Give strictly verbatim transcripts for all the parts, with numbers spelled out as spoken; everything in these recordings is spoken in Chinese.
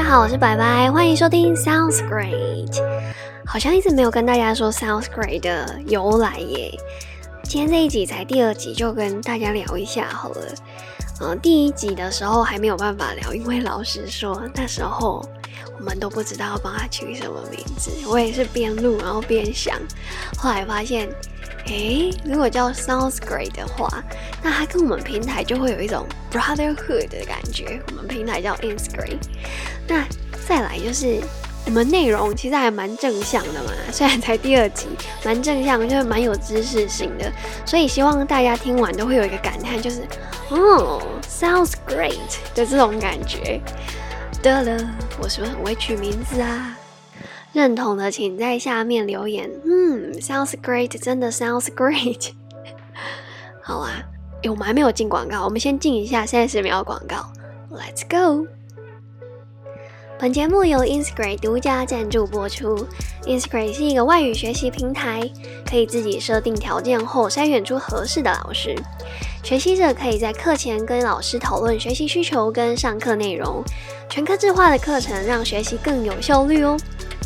好，我是白白，欢迎收听 Sounds Great。好像一直没有跟大家说 Sounds Great 的由来耶。今天这一集才第二集，就跟大家聊一下好了。嗯，第一集的时候还没有办法聊，因为老实说，那时候我们都不知道要帮他取什么名字。我也是边录然后边想，后来发现，诶，如果叫 Sounds Great 的话，那它跟我们平台就会有一种 brotherhood 的感觉。我们平台叫 Instagram。那再来就是我们内容其实还蛮正向的嘛，虽然才第二集，蛮正向，就是蛮有知识性的，所以希望大家听完都会有一个感叹，就是哦 ，sounds great 的这种感觉。得了，我是不是很会取名字啊？认同的请在下面留言。嗯 ，sounds great， 真的 sounds great。好啊，诶，我们还没有进广告，我们先进一下三十秒广告 ，Let's go。本节目由 Instagram 独家赞助播出。Instagram 是一个外语学习平台，可以自己设定条件后筛选出合适的老师。学习者可以在课前跟老师讨论学习需求跟上课内容，全客制化的课程让学习更有效率哦。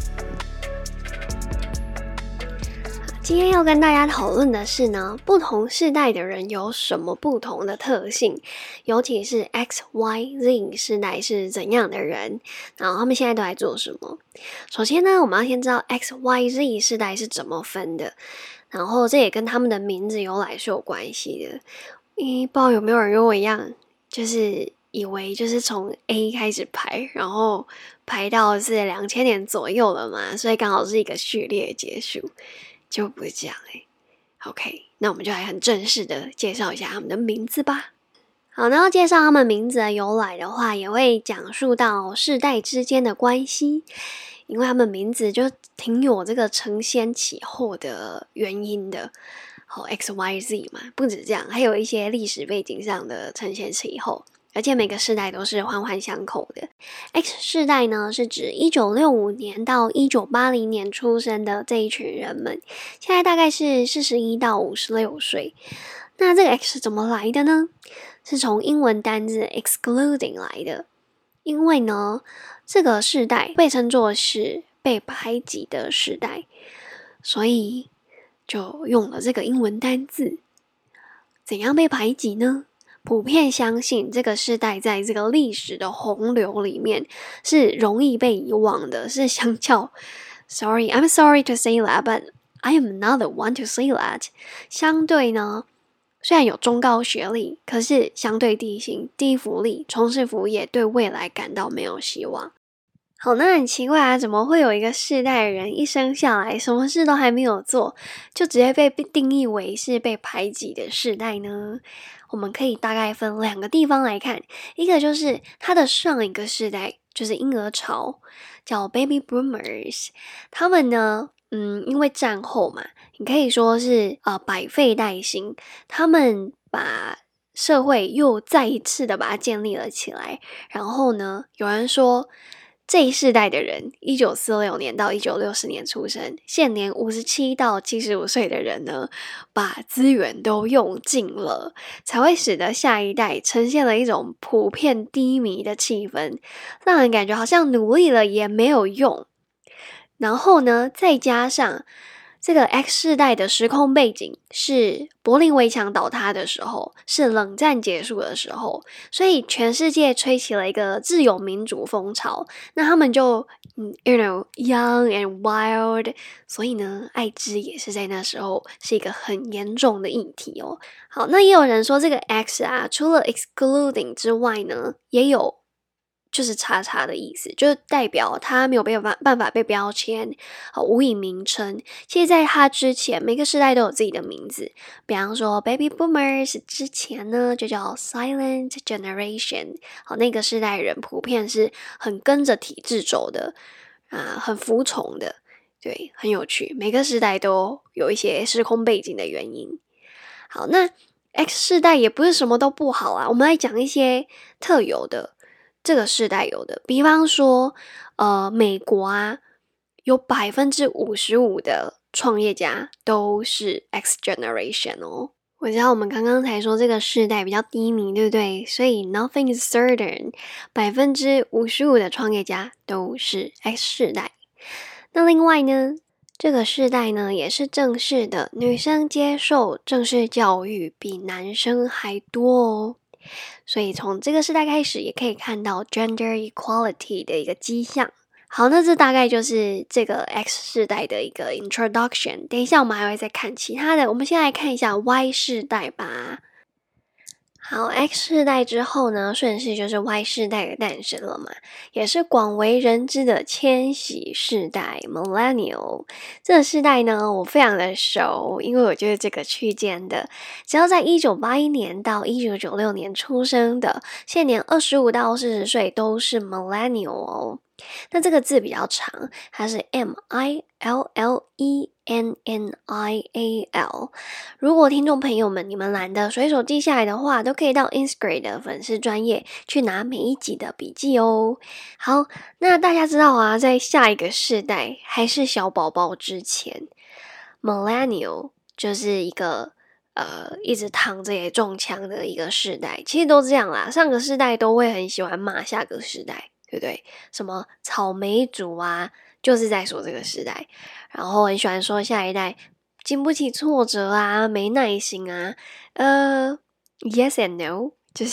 今天要跟大家讨论的是呢，不同世代的人有什么不同的特性，尤其是 X、Y、Z 世代是怎样的人，然后他们现在都在做什么。首先呢，我们要先知道 X、Y、Z 世代是怎么分的，然后这也跟他们的名字由来是有关系的。诶，不知道有没有人跟我一样，就是以为就是从 A 开始排，然后排到是两千年左右了嘛，所以刚好是一个序列结束。就不是这样欸 OK， 那我们就来很正式的介绍一下他们的名字吧。好，那要介绍他们名字的由来的话，也会讲述到世代之间的关系，因为他们名字就挺有这个承先启后的原因的。好 ，X、Y、Z 嘛，不止这样，还有一些历史背景上的承先启后。而且每个世代都是环环相扣的。X 世代呢，是指一九六五年到一九八零年出生的这一群人们，现在大概是四十一到五十六岁。那这个 X 怎么来的呢？是从英文单字 excluding 来的。因为呢，这个世代被称作是被排挤的世代，所以就用了这个英文单字。怎样被排挤呢？普遍相信这个世代在这个历史的洪流里面是容易被遗忘的，是相较 Sorry, I'm sorry to say that, but I am not the one to say that. 相对呢，虽然有中高学历，可是相对低薪、低福利，从事服务业，对未来感到没有希望。好，那很奇怪啊，怎么会有一个世代的人一生下来什么事都还没有做，就直接被定义为是被排挤的世代呢？我们可以大概分两个地方来看，一个就是他的上一个世代，就是婴儿潮，叫 Baby Boomers。他们呢，嗯，因为战后嘛，你可以说是呃百废待兴，他们把社会又再一次的把它建立了起来。然后呢，有人说，这一世代的人，一九四六年到一九六四年出生，现年五十七到七十五岁的人呢，把资源都用尽了，才会使得下一代呈现了一种普遍低迷的气氛，让人感觉好像努力了也没有用。然后呢，再加上这个 X 世代的时空背景是柏林围墙倒塌的时候，是冷战结束的时候，所以全世界吹起了一个自由民主风潮。那他们就嗯 you know young and wild， 所以呢，艾滋也是在那时候是一个很严重的议题哦。好，那也有人说这个 X 啊，除了 excluding 之外呢，也有就是叉叉的意思，就代表他没有办法被标签，无以名称。其实在他之前，每个世代都有自己的名字，比方说 Baby Boomers 之前呢就叫 Silent Generation。 好，那个世代人普遍是很跟着体制走的啊，很服从的。对，很有趣，每个世代都有一些时空背景的原因。好，那 X 世代也不是什么都不好啊，我们来讲一些特有的这个世代有的，比方说，呃，美国啊，有百分之五十五的创业家都是 X generation 哦。 我知道我们刚刚才说这个世代比较低迷，对不对？所以 nothing is certain， 百分之五十五的创业家都是 X 世代。那另外呢，这个世代呢也是正式的，女生接受正式教育比男生还多哦。所以从这个世代开始，也可以看到 gender equality 的一个迹象。好，那这大概就是这个 X 世代的一个 introduction。等一下我们还会再看其他的，我们先来看一下 Y 世代吧。好 ，X 世代之后呢，顺势就是 Y 世代的诞生了嘛，也是广为人知的千禧世代 Millennial。这个世代呢，我非常的熟，因为我就是这个区间的。只要在一九八一年到一九九六年出生的，现年二十五到四十岁都是 Millennial 哦。那这个字比较长，它是 M I L L E N N I A L。如果听众朋友们你们懒得随手记下来的话，都可以到 Instagram 的粉丝专页去拿每一集的笔记哦。好，那大家知道啊，在下一个世代还是小宝宝之前 ，Millennial 就是一个呃一直躺着也中枪的一个世代。其实都这样啦，上个世代都会很喜欢骂下个世代。对不对？什么草莓族啊，就是在说这个时代，然后很喜欢说下一代经不起挫折啊，没耐心啊。呃 ，yes and no， 就是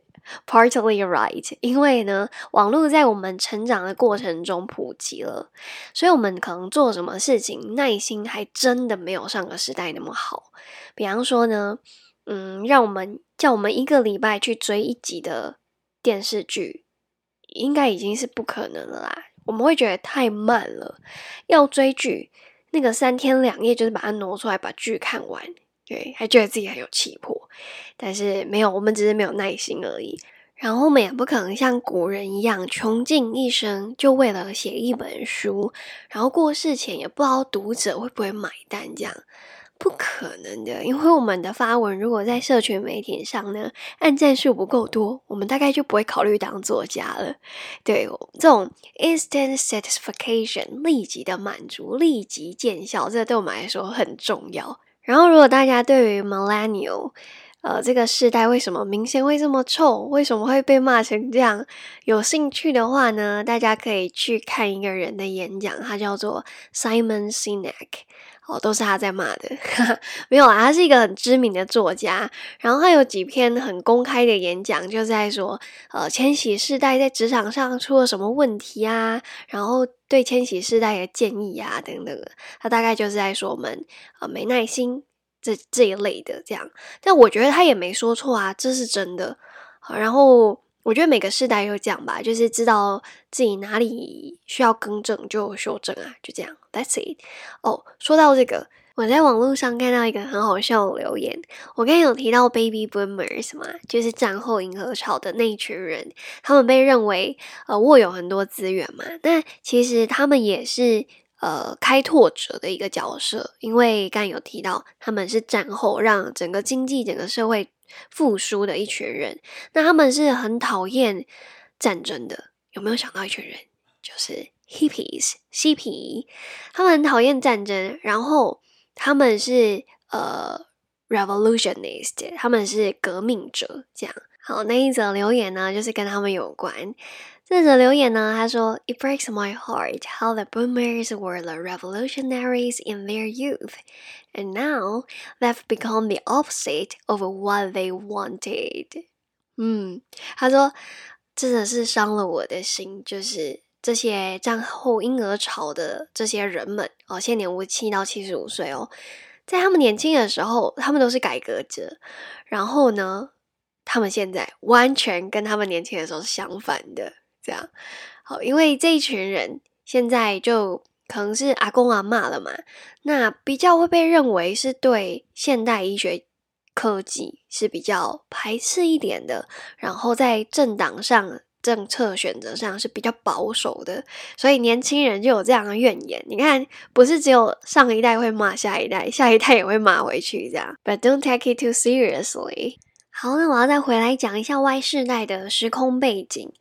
partly right， 因为呢，网络在我们成长的过程中普及了，所以我们可能做什么事情耐心还真的没有上个时代那么好。比方说呢，嗯，让我们叫我们一个礼拜去追一集的电视剧。应该已经是不可能了啦，我们会觉得太慢了。要追剧，那个三天两夜就是把它挪出来把剧看完，对，还觉得自己很有气魄。但是没有，我们只是没有耐心而已。然后我们也不可能像古人一样穷尽一生就为了写一本书，然后过世前也不知道读者会不会买单这样。不可能的，因为我们的发文如果在社群媒体上呢，按赞数不够多，我们大概就不会考虑当作家了。对，这种 instant satisfaction 立即的满足、立即见效，这对我们来说很重要。然后，如果大家对于 millennial 呃，这个世代为什么明显会这么臭？为什么会被骂成这样？有兴趣的话呢，大家可以去看一个人的演讲，他叫做 Simon Sinek。哦，都是他在骂的，没有啦，他是一个很知名的作家，然后他有几篇很公开的演讲，就在说，呃，千禧世代在职场上出了什么问题啊，然后对千禧世代的建议啊，等等的，他大概就是在说我们呃没耐心这这一类的这样，但我觉得他也没说错啊，这是真的，好，然后。我觉得每个世代都这样吧，就是知道自己哪里需要更正就修正啊，就这样 ，That's it。哦，说到这个，我在网络上看到一个很好笑的留言。我刚才有提到 Baby Boomers 嘛，就是战后银河潮的那一群人，他们被认为呃握有很多资源嘛，那其实他们也是呃开拓者的一个角色，因为刚才有提到他们是战后让整个经济、整个社会复苏的一群人，那他们是很讨厌战争的。有没有想到一群人？就是 hippies 嬉皮，他们很讨厌战争，然后他们是呃 revolutionist， 他们是革命者。这样，好，那一则留言呢，就是跟他们有关。这则留言呢，他说 It breaks my heart how the boomers were the revolutionaries in their youth, and now they've become the opposite of what they wanted. 嗯，他说真的是伤了我的心，就是这些战后婴儿潮的这些人们哦，现年五七到七十五岁哦，在他们年轻的时候，他们都是改革者，然后呢，他们现在完全跟他们年轻的时候是相反的。这样，好，因为这一群人现在就可能是阿公阿嬷了嘛，那比较会被认为是对现代医学科技是比较排斥一点的，然后在政党上、政策选择上是比较保守的，所以年轻人就有这样的怨言。你看，不是只有上一代会骂下一代，下一代也会骂回去这样。But don't take it too seriously. 好，那我要再回来讲一下 Y 世代的时空背景。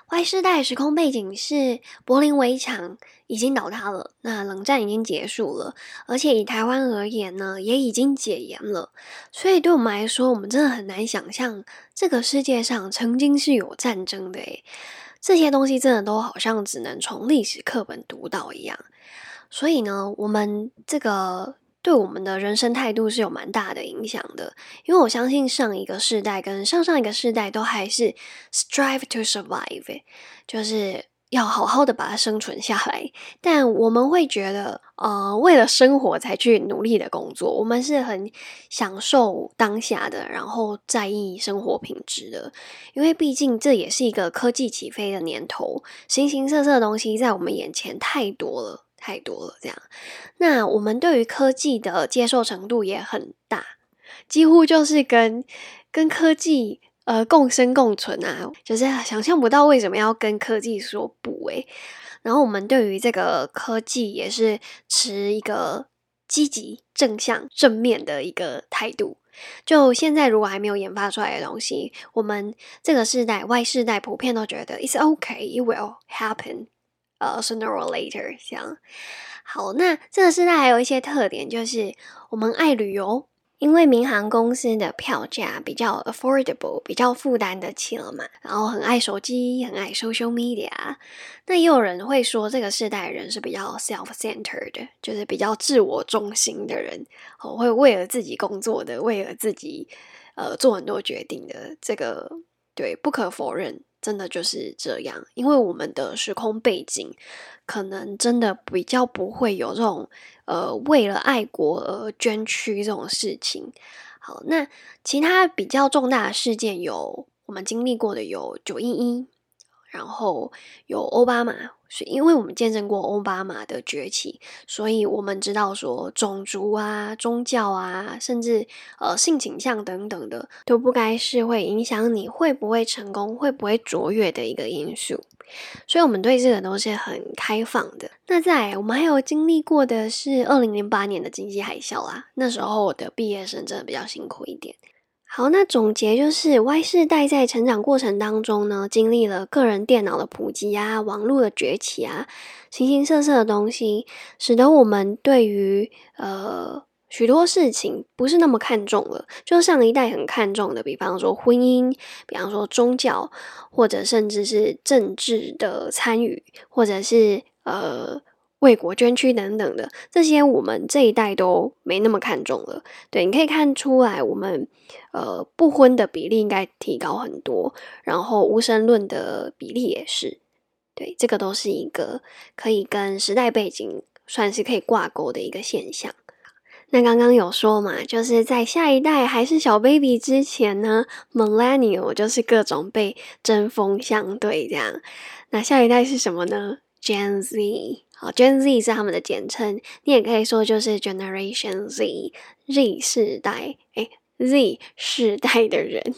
Y 世代时空背景是柏林围墙已经倒塌了，那冷战已经结束了，而且以台湾而言呢，也已经解严了。所以对我们来说，我们真的很难想象这个世界上曾经是有战争的诶。这些东西真的都好像只能从历史课本读到一样。所以呢，我们这个对我们的人生态度是有蛮大的影响的，因为我相信上一个世代跟上上一个世代都还是 strive to survive， 就是要好好的把它生存下来，但我们会觉得呃，为了生活才去努力的工作，我们是很享受当下的，然后在意生活品质的，因为毕竟这也是一个科技起飞的年头，形形色色的东西在我们眼前太多了太多了这样。那我们对于科技的接受程度也很大，几乎就是跟跟科技呃共生共存啊，就是想象不到为什么要跟科技说不诶。然后我们对于这个科技也是持一个积极正向正面的一个态度。就现在如果还没有研发出来的东西，我们这个世代 Y 世代普遍都觉得 it's okay, it will happen uh, sooner or later 这样。好，那这个世代还有一些特点，就是我们爱旅游，因为民航公司的票价比较 affordable， 比较负担得起了嘛，然后很爱手机，很爱 social media。 那也有人会说这个世代的人是比较 self-centered， 就是比较自我中心的人，哦，会为了自己工作的，为了自己呃做很多决定的，这个对不可否认，真的就是这样。因为我们的时空背景可能真的比较不会有这种呃为了爱国而捐躯这种事情。好，那其他比较重大的事件有我们经历过的有九一一，然后有奥巴马，因为我们见证过奥巴马的崛起，所以我们知道说种族啊、宗教啊，甚至呃性倾向等等的，都不该是会影响你会不会成功、会不会卓越的一个因素。所以我们对这个都是很开放的。那再来我们还有经历过的是二零零八年的经济海啸啦，那时候我的毕业生真的比较辛苦一点。好，那总结就是 Y 世代在成长过程当中呢，经历了个人电脑的普及啊，网络的崛起啊，形形色色的东西，使得我们对于呃许多事情不是那么看重了。就上一代很看重的，比方说婚姻，比方说宗教，或者甚至是政治的参与，或者是呃为国捐躯等等的，这些我们这一代都没那么看重了。对，你可以看出来我们呃不婚的比例应该提高很多，然后无神论的比例也是。对，这个都是一个可以跟时代背景算是可以挂钩的一个现象。那刚刚有说嘛，就是在下一代还是小 baby 之前呢 Millennial 就是各种被针锋相对这样。那下一代是什么呢？ Gen Z。 好， Gen Z 是他们的简称，你也可以说就是 Generation Z， Z 世代，诶 Z 世代的人。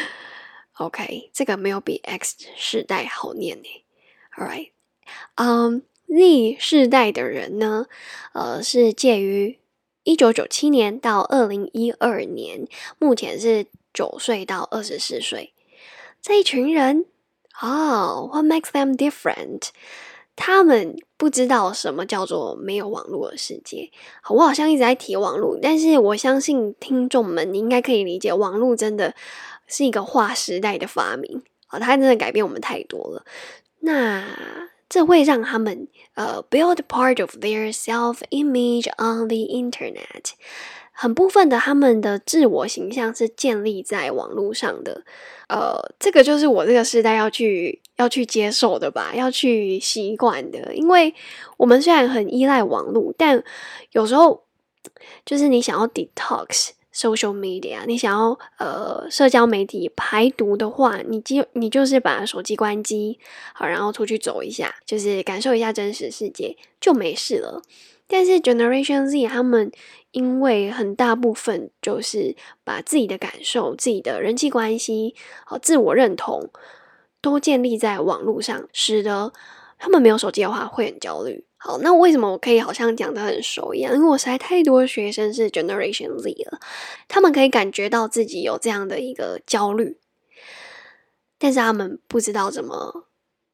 OK， 这个没有比 X 世代好念耶。 Alright， 嗯、um, Z 世代的人呢呃，是介于一九九七年到二零一二年，目前是九岁到二十四岁。这一群人哦、oh, what makes them different？ 他们不知道什么叫做没有网络的世界。好，我好像一直在提网络，但是我相信听众们你应该可以理解，网络真的是一个划时代的发明，哦，它真的改变我们太多了。那这会让他们呃 build part of their self-image on the internet， 很部分的他们的自我形象是建立在网络上的。呃，这个就是我这个时代要去要去接受的吧，要去习惯的。因为我们虽然很依赖网络，但有时候就是你想要 detox social media， 你想要呃社交媒体排毒的话，你就你就是把手机关机，好，然后出去走一下，就是感受一下真实世界就没事了。但是 Generation Z 他们因为很大部分就是把自己的感受、自己的人际关系、好自我认同都建立在网络上，使得他们没有手机的话会很焦虑。好，那为什么我可以好像讲得很熟一样？因为我实在太多学生是 Generation Z 了，他们可以感觉到自己有这样的一个焦虑，但是他们不知道怎么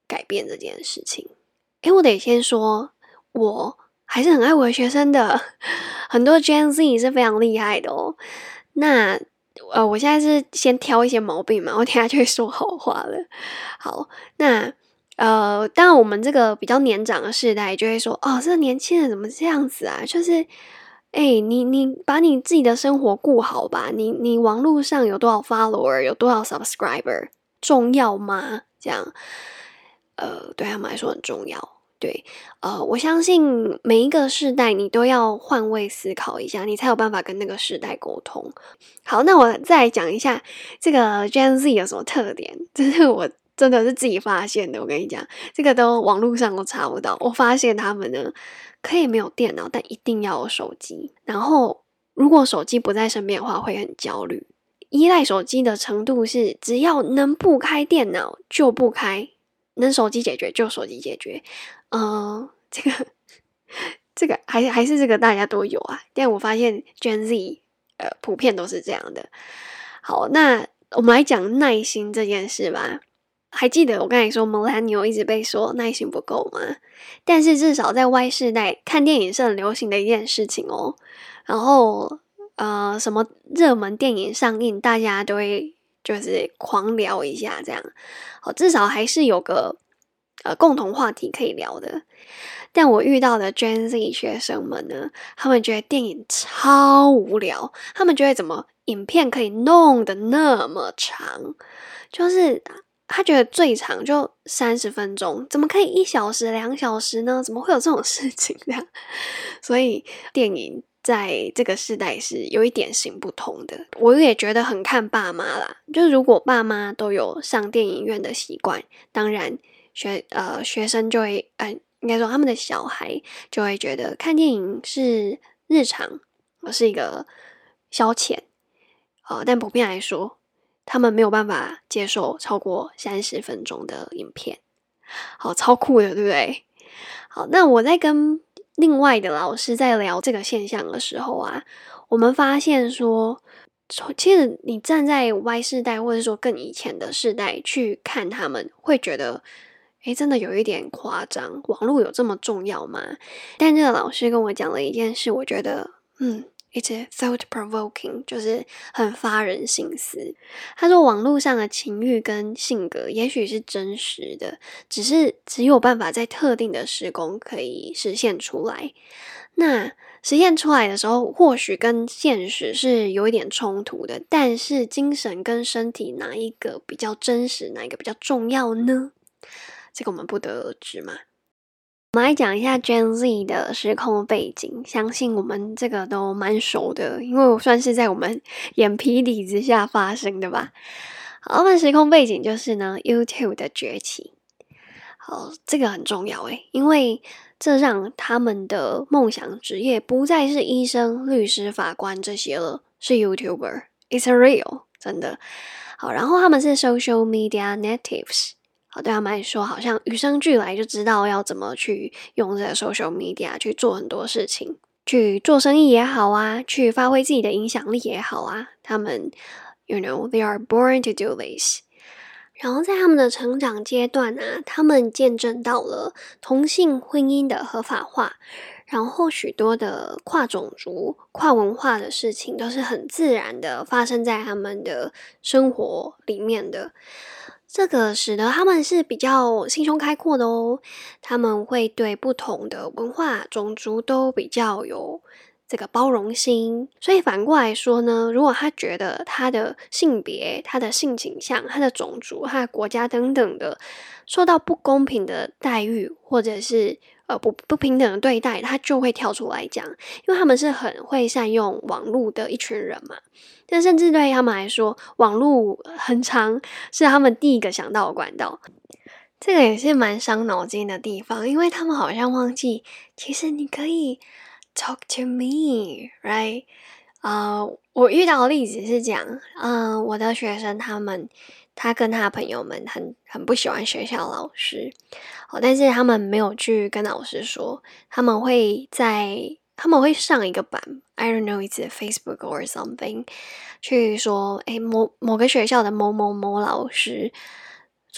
改变这件事情。诶，我得先说，我还是很爱我的学生的，很多 Gen Z 是非常厉害的哦。那呃，我现在是先挑一些毛病嘛，我等一下就会说好话了。好，那呃，当然我们这个比较年长的世代就会说，哦，这个年轻人怎么这样子啊？就是，哎，你你把你自己的生活顾好吧，你你网络上有多少 follower， 有多少 subscriber， 重要吗？这样，呃，对他们来说很重要。对，呃，我相信每一个世代你都要换位思考一下，你才有办法跟那个世代沟通。好，那我再来讲一下这个 Gen Z 有什么特点，这是我真的是自己发现的。我跟你讲，这个都网络上都查不到。我发现他们呢，可以没有电脑，但一定要有手机。然后，如果手机不在身边的话，会很焦虑。依赖手机的程度是，只要能不开电脑就不开，能手机解决就手机解决。呃，这个这个还还是这个大家都有啊，但我发现 Gen Z 呃普遍都是这样的。好，那我们来讲耐心这件事吧。还记得我刚才说 Millennial 一直被说耐心不够吗？但是至少在 Y 世代看电影是很流行的一件事情哦。然后呃，什么热门电影上映，大家都会就是狂聊一下这样。好，至少还是有个呃共同话题可以聊的。但我遇到的 Gen Z 学生们呢，他们觉得电影超无聊，他们觉得怎么影片可以弄得那么长，就是他觉得最长就三十分钟，怎么可以一小时、两小时呢？怎么会有这种事情呢？所以电影在这个时代是有一点行不通的。我也觉得很看爸妈啦，就是如果爸妈都有上电影院的习惯，当然学呃学生就会呃应该说他们的小孩就会觉得看电影是日常，是一个消遣，呃，但普遍来说，他们没有办法接受超过三十分钟的影片。好，超酷的，对不对？好，那我在跟另外的老师在聊这个现象的时候啊，我们发现说，其实你站在 Y 世代或者说更以前的世代去看他们，会觉得诶，真的有一点夸张，网络有这么重要吗？但这个老师跟我讲了一件事，我觉得嗯，it's thought-provoking， 就是很发人深思。他说网络上的情欲跟性格也许是真实的，只是只有办法在特定的时空可以实现出来。那实现出来的时候，或许跟现实是有一点冲突的，但是精神跟身体哪一个比较真实，哪一个比较重要呢？这个我们不得而知嘛。我们来讲一下 Gen Z 的时空背景，相信我们这个都蛮熟的，因为我算是在我们眼皮底之下发生的吧。好，他们时空背景就是呢 YouTube 的崛起。好，这个很重要诶，因为这让他们的梦想职业不再是医生、律师、法官这些了，是 YouTuber。It's real， 真的。好，然后他们是 Social Media Natives。好，对他们来说，好像与生俱来就知道要怎么去用这个 social media 去做很多事情，去做生意也好啊，去发挥自己的影响力也好啊。他们 ，you know, they are born to do this。然后在他们的成长阶段啊，他们见证到了同性婚姻的合法化，然后许多的跨种族、跨文化的事情都是很自然的发生在他们的生活里面的。这个使得他们是比较心胸开阔的哦，他们会对不同的文化、种族都比较有这个包容心。所以反过来说呢，如果他觉得他的性别、他的性倾向、他的种族、他的国家等等的受到不公平的待遇，或者是呃不不平等的对待，他就会跳出来讲，因为他们是很会善用网络的一群人嘛。但甚至对他们来说，网络很长，是他们第一个想到的管道。这个也是蛮伤脑筋的地方，因为他们好像忘记，其实你可以 talk to me, right？ 呃，我遇到的例子是讲，嗯、呃，我的学生他们，他跟他朋友们很很不喜欢学校老师，哦，但是他们没有去跟老师说，他们会在。他们会上一个版 I don't know, it's a Facebook or something 去说诶某某个学校的某某某老师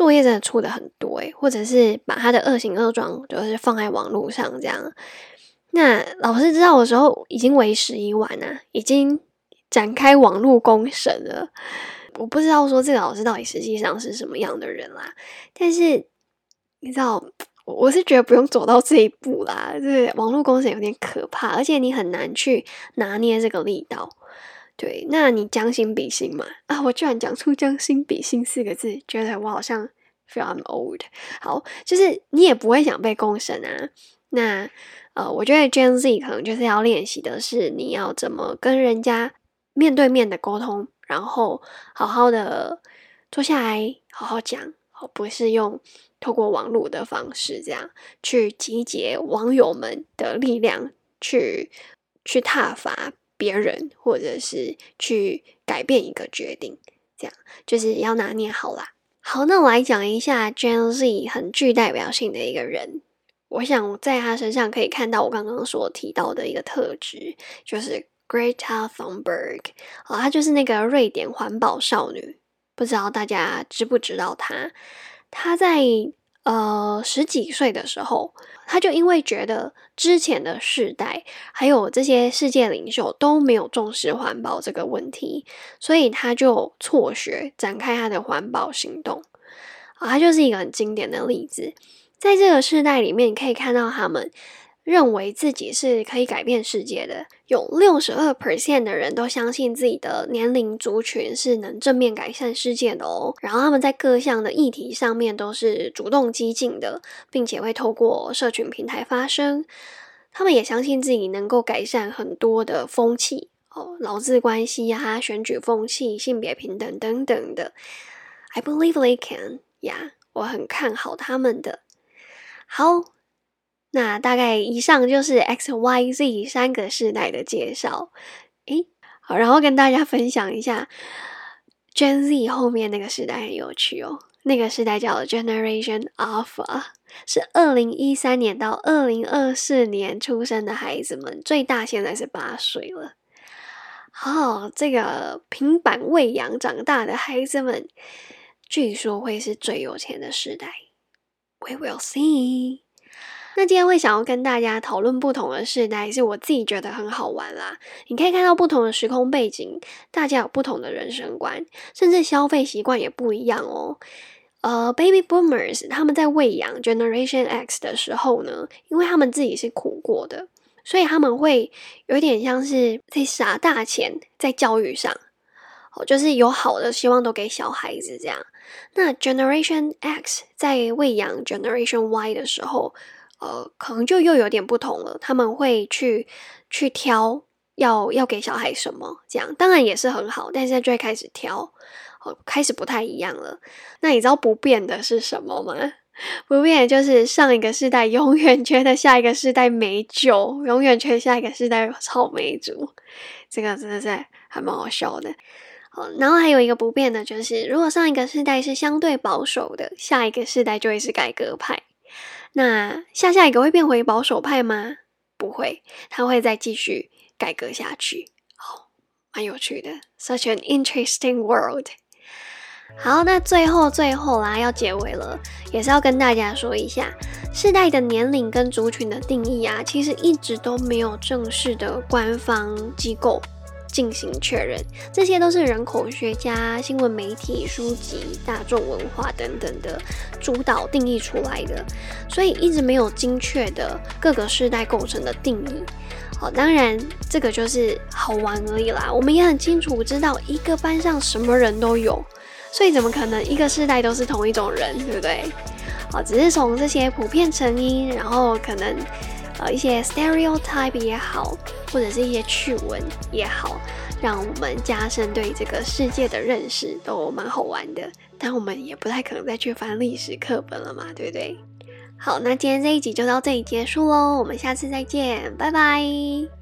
作业真的出的很多诶，或者是把他的恶行恶状就是放在网络上这样。那老师知道的时候已经为时已晚啊，已经展开网络公审了。我不知道说这个老师到底实际上是什么样的人啦，但是你知道，我是觉得不用走到这一步啦，就是网络公审有点可怕，而且你很难去拿捏这个力道。对，那你将心比心嘛？啊，我居然讲出将心比心四个字，觉得我好像 feel I'm old。好，就是你也不会想被公审啊。那呃，我觉得 Gen Z 可能就是要练习的是你要怎么跟人家面对面的沟通，然后好好的坐下来好好讲，不是用透过网络的方式这样去集结网友们的力量去去挞伐别人，或者是去改变一个决定，这样就是要拿捏好啦。好，那我来讲一下 Gen Z 很具代表性的一个人，我想在他身上可以看到我刚刚所提到的一个特质，就是 Greta Thunberg。哦，她就是那个瑞典环保少女，不知道大家知不知道她？她在呃十几岁的时候，她就因为觉得之前的世代还有这些世界领袖都没有重视环保这个问题，所以她就辍学，展开她的环保行动。啊，她就是一个很经典的例子。在这个世代里面，你可以看到他们认为自己是可以改变世界的，有 百分之六十二 的人都相信自己的年龄族群是能正面改善世界的哦。然后他们在各项的议题上面都是主动激进的，并且会透过社群平台发声。他们也相信自己能够改善很多的风气哦，劳资关系啊、选举风气、性别平等等等的。I believe they can， 呀、yeah, 我很看好他们的。好，那大概以上就是 X Y Z 三个世代的介绍。诶，好，然后跟大家分享一下 Gen Z 后面那个世代很有趣哦，那个世代叫 Generation Alpha， 是二零一三年到二零二四年出生的孩子们，最大现在是八岁了。好，这个平板喂养长大的孩子们，据说会是最有钱的世代。We will see。 那今天会想要跟大家讨论不同的世代，是我自己觉得很好玩啦。你可以看到不同的时空背景，大家有不同的人生观，甚至消费习惯也不一样哦。呃 Baby Boomers 他们在喂养 Generation X 的时候呢，因为他们自己是苦过的，所以他们会有点像是在撒大钱在教育上，哦，就是有好的希望都给小孩子这样。那 Generation X 在喂养 Generation Y 的时候，呃，可能就又有点不同了。他们会去去挑要要给小孩什么，这样当然也是很好，但是就会开始挑，哦，开始不太一样了。那你知道不变的是什么吗？不变的就是上一个世代永远觉得下一个世代没救，永远觉得下一个世代草莓族，这个真的是还蛮好笑的。好，然后还有一个不变的就是，如果上一个世代是相对保守的，下一个世代就会是改革派。那下下一个会变回保守派吗？不会，他会再继续改革下去。哦，蛮有趣的 ，such an interesting world。好，那最后最后啦，要结尾了，也是要跟大家说一下，世代的年龄跟族群的定义啊，其实一直都没有正式的官方机构进行确认，这些都是人口学家、新闻媒体、书籍、大众文化等等的主导定义出来的，所以一直没有精确的各个世代构成的定义。好，当然这个就是好玩而已啦，我们也很清楚知道一个班上什么人都有，所以怎么可能一个世代都是同一种人，对不对？好，只是从这些普遍成因，然后可能呃一些 stereotype 也好，或者是一些趣闻也好，让我们加深对这个世界的认识，都蛮好玩的。但我们也不太可能再去翻历史课本了嘛，对不对？好，那今天这一集就到这里结束咯，我们下次再见，拜拜。